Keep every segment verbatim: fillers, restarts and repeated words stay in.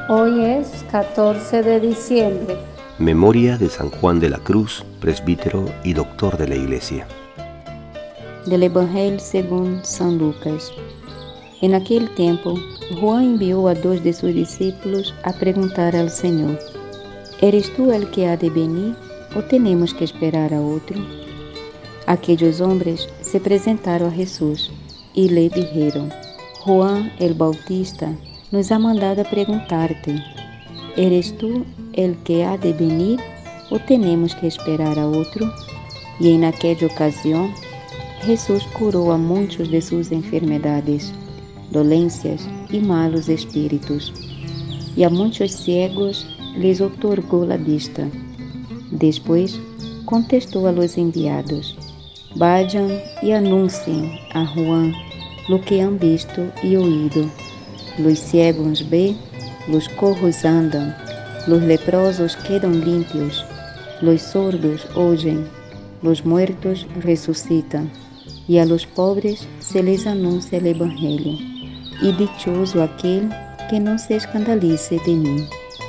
Hoy es catorce de diciembre. Memoria de San Juan de la Cruz, presbítero y doctor de la Iglesia. Del Evangelio según San Lucas. En aquel tiempo, Juan envió a dos de sus discípulos a preguntar al Señor: ¿Eres tú el que ha de venir o tenemos que esperar a otro? Aquellos hombres se presentaron a Jesús y le dijeron: Juan el Bautista nos ha mandado a preguntarte: ¿eres tú el que ha de venir o tenemos que esperar a otro? Y en aquella ocasión Jesús curó a muchos de sus enfermedades, dolencias y malos espíritus, y a muchos ciegos les otorgó la vista. Después contestó a los enviados: vayan y anuncien a Juan lo que han visto y oído. Los ciegos ven, los cojos andan, los leprosos quedan limpios, los sordos oyen, los muertos resucitan, y a los pobres se les anuncia el Evangelio. Y dichoso aquel que no se escandalice de mí.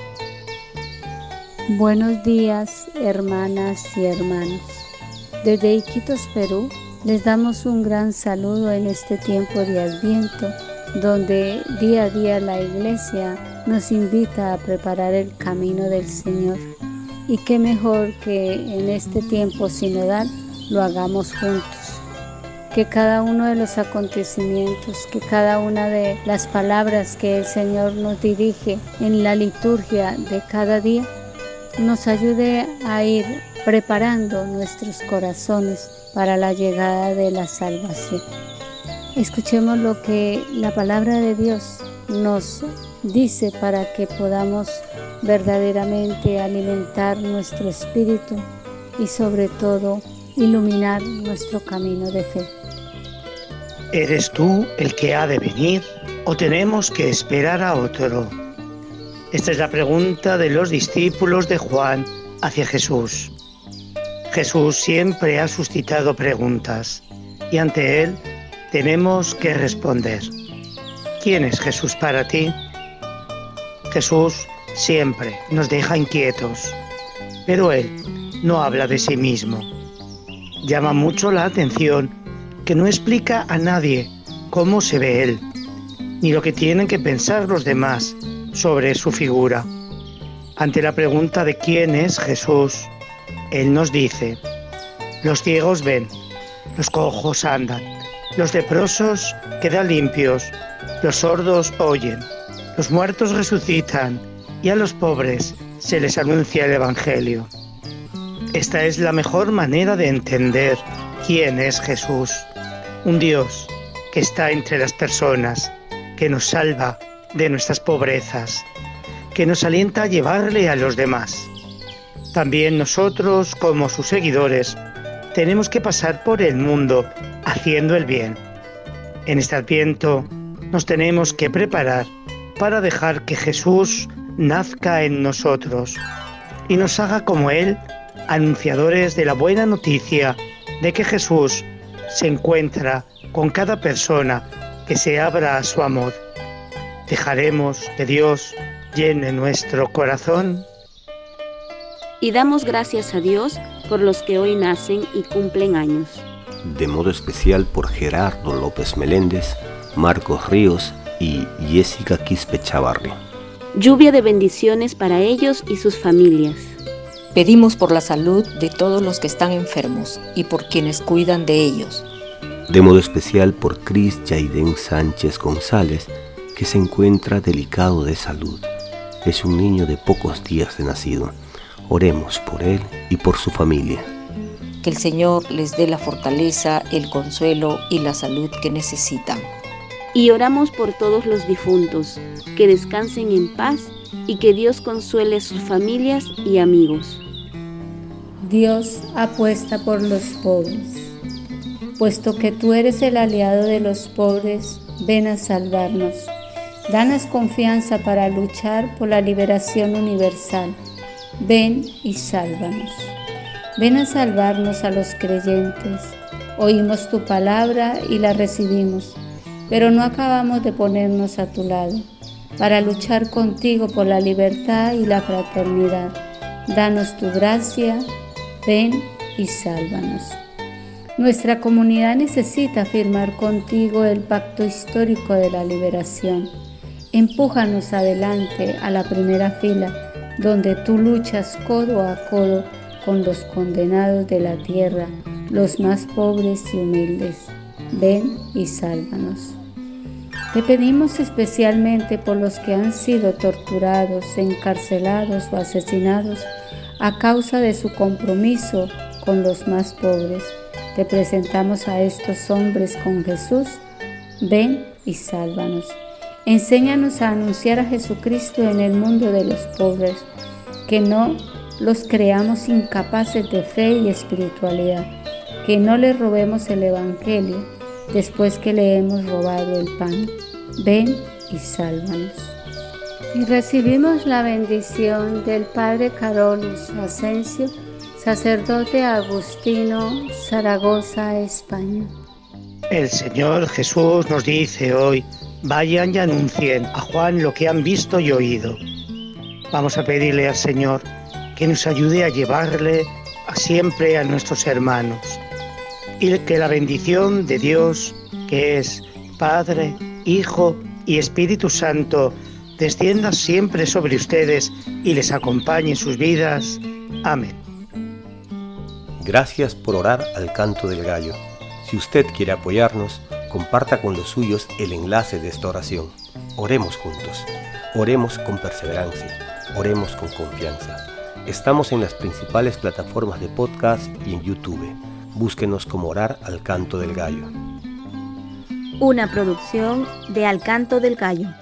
Buenos días, hermanas y hermanos. Desde Iquitos, Perú, les damos un gran saludo en este tiempo de Adviento, donde día a día la Iglesia nos invita a preparar el camino del Señor. Y qué mejor que en este tiempo sinodal lo hagamos juntos. Que cada uno de los acontecimientos, que cada una de las palabras que el Señor nos dirige en la liturgia de cada día, nos ayude a ir preparando nuestros corazones para la llegada de la salvación. Escuchemos lo que la palabra de Dios nos dice para que podamos verdaderamente alimentar nuestro espíritu y sobre todo iluminar nuestro camino de fe. ¿Eres tú el que ha de venir o tenemos que esperar a otro? Esta es la pregunta de los discípulos de Juan hacia Jesús. Jesús siempre ha suscitado preguntas y ante él tenemos que responder. ¿Quién es Jesús para ti? Jesús siempre nos deja inquietos, pero él no habla de sí mismo. Llama mucho la atención que no explica a nadie cómo se ve él, ni lo que tienen que pensar los demás sobre su figura. Ante la pregunta de quién es Jesús, él nos dice: los ciegos ven, los cojos andan, los leprosos quedan limpios, los sordos oyen, los muertos resucitan y a los pobres se les anuncia el Evangelio. Esta es la mejor manera de entender quién es Jesús, un Dios que está entre las personas, que nos salva de nuestras pobrezas, que nos alienta a llevarle a los demás. También nosotros, como sus seguidores, tenemos que pasar por el mundo haciendo el bien. En este Adviento nos tenemos que preparar para dejar que Jesús nazca en nosotros y nos haga como Él, anunciadores de la buena noticia de que Jesús se encuentra con cada persona que se abra a su amor. Dejaremos que Dios llene nuestro corazón. Y damos gracias a Dios por los que hoy nacen y cumplen años. De modo especial por Gerardo López Meléndez, Marcos Ríos y Jessica Quispe Chavarri. Lluvia de bendiciones para ellos y sus familias. Pedimos por la salud de todos los que están enfermos y por quienes cuidan de ellos. De modo especial por Cris Yaiden Sánchez González, que se encuentra delicado de salud. Es un niño de pocos días de nacido. Oremos por él y por su familia. Que el Señor les dé la fortaleza, el consuelo y la salud que necesitan. Y oramos por todos los difuntos, que descansen en paz y que Dios consuele a sus familias y amigos. Dios apuesta por los pobres. Puesto que tú eres el aliado de los pobres, ven a salvarnos. Danos confianza para luchar por la liberación universal. Ven y sálvanos. Ven a salvarnos a los creyentes. Oímos tu palabra y la recibimos, pero no acabamos de ponernos a tu lado. para luchar contigo por la libertad y la fraternidad. Danos tu gracia, ven y sálvanos. Nuestra comunidad necesita firmar contigo el pacto histórico de la liberación. Empújanos adelante a la primera fila, donde tú luchas codo a codo con los condenados de la tierra, los más pobres y humildes. Ven y sálvanos. Te pedimos especialmente por los que han sido torturados, encarcelados o asesinados a causa de su compromiso con los más pobres. Te presentamos a estos hombres con Jesús. Ven y sálvanos. Enséñanos a anunciar a Jesucristo en el mundo de los pobres, que no los creamos incapaces de fe y espiritualidad, que no les robemos el Evangelio después que le hemos robado el pan. Ven y sálvanos. Y recibimos la bendición del Padre Carolus Asensio, sacerdote agustino, Zaragoza, España. El Señor Jesús nos dice hoy: vayan y anuncien a Juan lo que han visto y oído. Vamos a pedirle al Señor que nos ayude a llevarle a siempre a nuestros hermanos, y que la bendición de Dios, que es Padre, Hijo y Espíritu Santo, descienda siempre sobre ustedes y les acompañe en sus vidas. Amén. Gracias por orar al canto del gallo. Si usted quiere apoyarnos, comparta con los suyos el enlace de esta oración. Oremos juntos. Oremos con perseverancia. Oremos con confianza. Estamos en las principales plataformas de podcast y en YouTube. Búsquenos como Orar al Canto del Gallo. Una producción de Al Canto del Gallo.